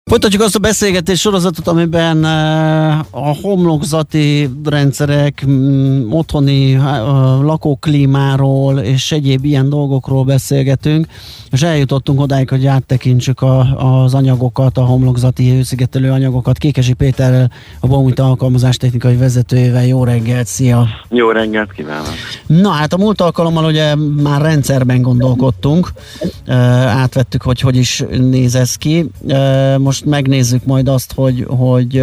Folytatjuk azt a beszélgetés sorozatot, amiben a homlokzati rendszerek, otthoni lakóklímáról és egyéb ilyen dolgokról beszélgetünk, és eljutottunk odáig, hogy áttekintsük az anyagokat, a homlokzati hőszigetelő anyagokat. Kékesi Péterrel, a Baumit alkalmazástechnikai vezetőjével. Jó reggelt, szia! Jó reggelt kívánok! Na hát a múlt alkalommal ugye már rendszerben gondolkodtunk, átvettük, hogy is néz ez ki. Most megnézzük majd azt, hogy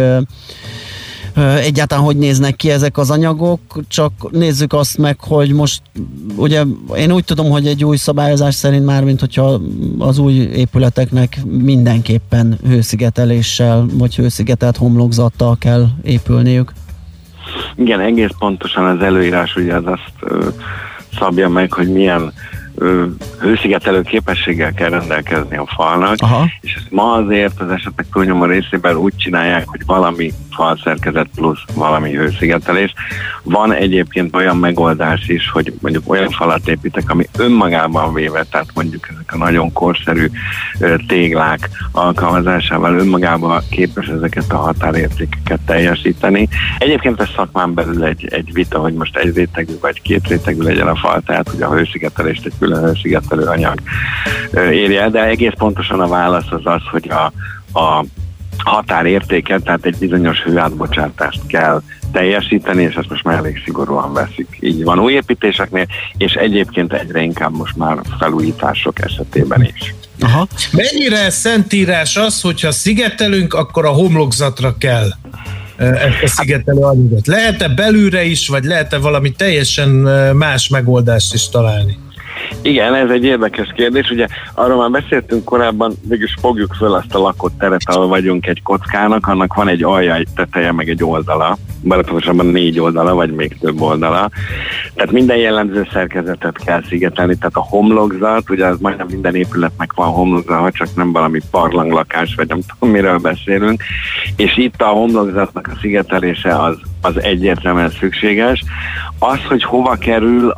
egyáltalán hogy néznek ki ezek az anyagok, csak nézzük azt meg, hogy most ugye én úgy tudom, hogy egy új szabályozás szerint már, mint hogyha az új épületeknek mindenképpen hőszigeteléssel vagy hőszigetelt homlokzattal kell épülniük. Igen, egész pontosan az előírás ugye az azt szabja meg, hogy milyen hőszigetelő képességgel kell rendelkezni a falnak. Aha. És ezt ma azért az esetek túlnyomó részében úgy csinálják, hogy valami falszerkezet plusz valami hőszigetelés. Van egyébként olyan megoldás is, hogy mondjuk olyan falat építek, ami önmagában véve, tehát mondjuk ezek a nagyon korszerű téglák alkalmazásával önmagában képes ezeket a határértékeket teljesíteni. Egyébként ez szakmán belül egy vita, hogy most egy rétegű vagy két rétegű legyen a fal, tehát hogy a hőszigetelést egy külön hőszigetelő anyag érje el, de egész pontosan a válasz az, hogy a határértéket, tehát egy bizonyos hőátbocsátást kell teljesíteni, és ezt most már elég szigorúan veszik. Így van új építéseknél, és egyébként egyre inkább most már felújítások esetében is. Aha. Mennyire szentírás az, hogyha szigetelünk, akkor a homlokzatra kell ezt a szigetelő anyagot? Lehet-e belülre is, vagy lehet-e valami teljesen más megoldást is találni? Igen, ez egy érdekes kérdés. Ugye arról már beszéltünk korábban, mégis fogjuk föl azt a lakott teret, ahol vagyunk egy kockának, annak van egy alja, egy teteje, meg egy oldala, pontosabban 4 oldala, vagy még több oldala. Tehát minden jellemző szerkezetet kell szigetelni, tehát a homlokzat, ugye az majdnem minden épületnek van homlokzat, ha csak nem valami barlanglakás, vagy nem tudom, miről beszélünk, és itt a homlokzatnak a szigetelése az egyértelműen szükséges. Az, hogy hova kerül,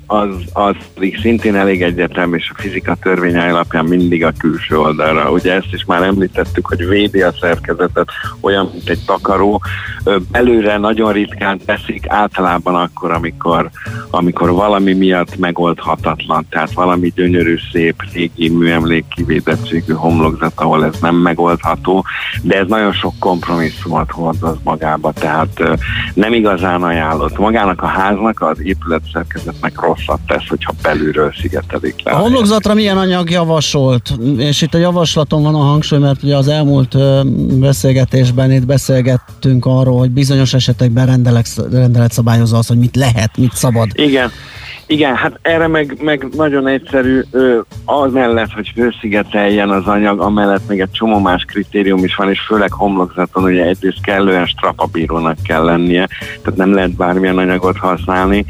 az pedig szintén elég egyértelmű, és a fizika törvényei alapján mindig a külső oldalra. Ugye ezt is már említettük, hogy védi a szerkezetet, olyan, mint egy takaró. Belőle nagyon ritkán teszik, általában akkor, amikor valami miatt megoldhatatlan, tehát valami gyönyörű, szép, régi műemlék kivédettségű homlokzat, ahol ez nem megoldható, de ez nagyon sok kompromisszumot hordoz magába, tehát nem igazán ajánlott. Magának a háznak, az épületszerkezetnek rosszat tesz, hogyha belülről szigetelik le. A homlokzatra milyen anyag javasolt? És itt a javaslaton van a hangsúly, mert ugye az elmúlt beszélgetésben itt beszélgettünk arról, hogy bizonyos esetekben rendelet szabályozza az, hogy mit lehet, mit szabad. Igen, hát erre meg nagyon egyszerű, az mellett, hogy hőszigeteljen az anyag, amellett még egy csomó más kritérium is van, és főleg homlokzaton ugye egyrészt kellően strapabírónak kell lennie, tehát nem lehet bármilyen anyagot használni.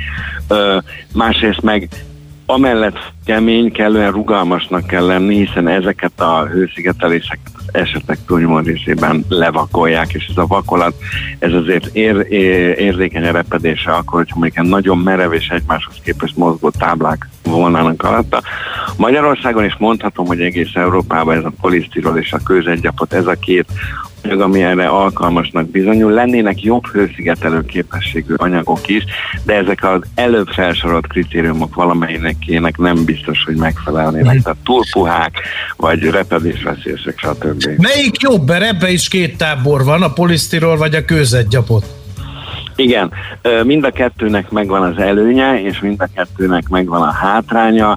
Másrészt meg amellett kemény, kellően rugalmasnak kell lenni, hiszen ezeket a hőszigeteléseket az esetek túlnyomó részében levakolják, és ez a vakolat, ez azért érzékeny a repedése akkor, hogyha mondjuk nagyon merev és egymáshoz képest mozgó táblák volnának alatta. Magyarországon is mondhatom, hogy egész Európában ez a polisztirol és a kőzetgyapot, ez a két anyag, ami erre alkalmasnak bizonyul, lennének jobb hőszigetelő képességű anyagok is, de ezek az előbb felsorolt kritériumok valamelyinek nem biztos, hogy megfelelnének. Tehát túl puhák, vagy repedésveszélyesek, stb. Melyik jobb? Mert ebbe is két tábor van, a polisztirol vagy a kőzetgyapot. Igen, mind a kettőnek megvan az előnye, és mind a kettőnek megvan a hátránya.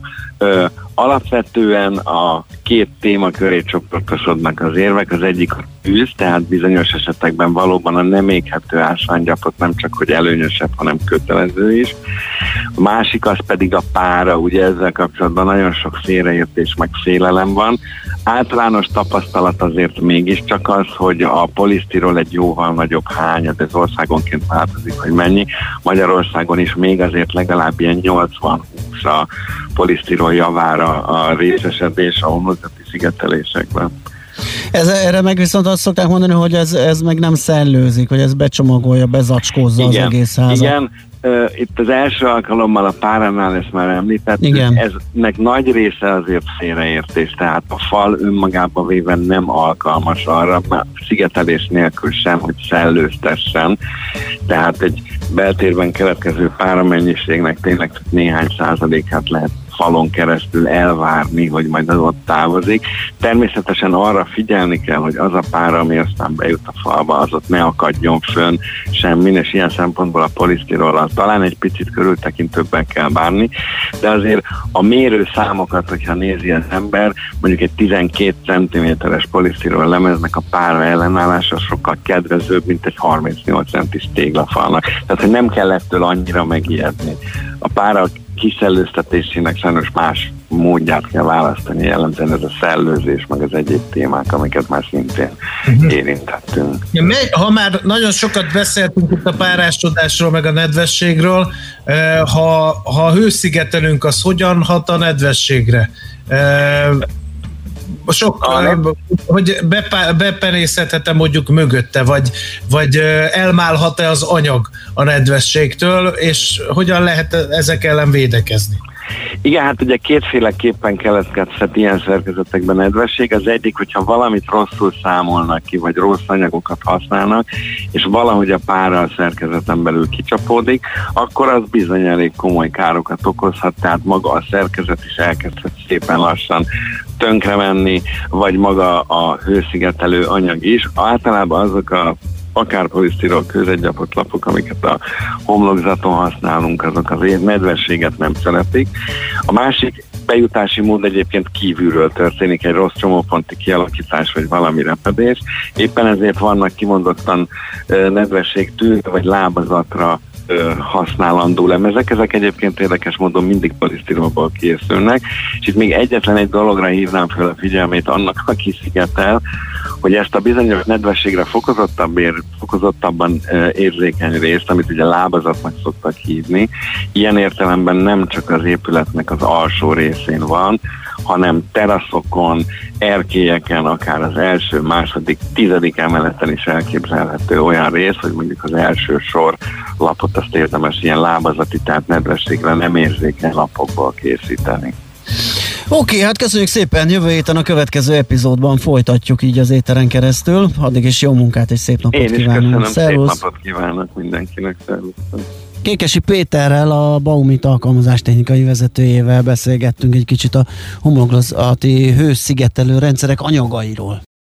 Alapvetően a két téma köré csoportosodnak az érvek. Az egyik a tűz, tehát bizonyos esetekben valóban a nem éghető ásványgyapot nem csak hogy előnyösebb, hanem kötelező is. A másik az pedig a pára, ugye ezzel kapcsolatban nagyon sok félreértés meg félelem van. Általános tapasztalat azért mégiscsak az, hogy a polisztirol egy jóval nagyobb hányad, ez országonként változik, hogy mennyi. Magyarországon is még azért legalább ilyen 80-20 a polisztirol javára a részesedés a homlokzati szigetelésekben. Erre meg viszont azt szokták mondani, hogy ez meg nem szellőzik, hogy ez becsomagolja, bezacskózza az egész házat. itt az első alkalommal a páránál ezt már említettük, eznek nagy része azért félreértés, tehát a fal önmagában véve nem alkalmas arra, mert szigetelés nélkül sem, hogy szellőztessen, tehát egy beltérben keletkező páramennyiségnek tényleg néhány százalékát lehet falon keresztül elvárni, hogy majd az ott távozik. Természetesen arra figyelni kell, hogy az a pára, ami aztán bejut a falba, az ott ne akadjon fönn semmin, és ilyen szempontból a polisztirollal talán egy picit körültekintőbben kell bánni, de azért a mérőszámokat, hogyha nézi az ember, mondjuk egy 12 cm-es polisztirol lemeznek a pára ellenállása sokkal kedvezőbb, mint egy 38 centis téglafalnak. Tehát, hogy nem kell ettől annyira megijedni. A pára kiszellőztetésének sajnos más módját kell választani, jellemzően ez a szellőzés, meg az egyéb témák, amiket már szintén érintettünk. Ha már nagyon sokat beszéltünk itt a párásodásról, meg a nedvességről, ha hőszigetelünk, az hogyan hat a nedvességre? Hogy bepenészhetem mondjuk mögötte, vagy elmálhat-e az anyag a nedvességtől, és hogyan lehet ezek ellen védekezni? Igen, hát ugye kétféleképpen keletkezhet ilyen szerkezetekben nedvesség. Az egyik, hogyha valamit rosszul számolnak ki, vagy rossz anyagokat használnak, és valahogy a pára a szerkezeten belül kicsapódik, akkor az bizony elég komoly károkat okozhat, tehát maga a szerkezet is elkezdhet szépen lassan tönkre menni, vagy maga a hőszigetelő anyag is. Általában azok akár polisztirol kőzetgyapott lapok, amiket a homlokzaton használunk, azok az nedvességet nem szeretik. A másik bejutási mód egyébként kívülről történik, egy rossz csomóponti kialakítás, vagy valami repedés. Éppen ezért vannak kimondottan nedvességtűnő, vagy lábazatra használandó lemezek. Ezek egyébként érdekes módon mindig polisztirolból készülnek, és itt még egyetlen egy dologra hívnám fel a figyelmét annak, aki szigetel, hogy ezt a bizonyos nedvességre fokozottabban érzékeny részt, amit ugye lábazatnak szoktak hívni, ilyen értelemben nem csak az épületnek az alsó részén van, hanem teraszokon, erkélyeken, akár az első, második, 10. emeleten is elképzelhető olyan rész, hogy mondjuk az első sor lapot azt érdemes ilyen lábazati, tehát nedvességre nem érzékeny lapokból készíteni. Oké, hát köszönjük szépen, jövő héten a következő epizódban folytatjuk így az éteren keresztül. Addig is jó munkát és szép napot kívánunk. Én is köszönöm, szép napot kívánok mindenkinek, szervusztok. Kékesi Péterrel, a Baumit alkalmazástechnikai vezetőjével beszélgettünk egy kicsit a homlokzati hőszigetelő rendszerek anyagairól.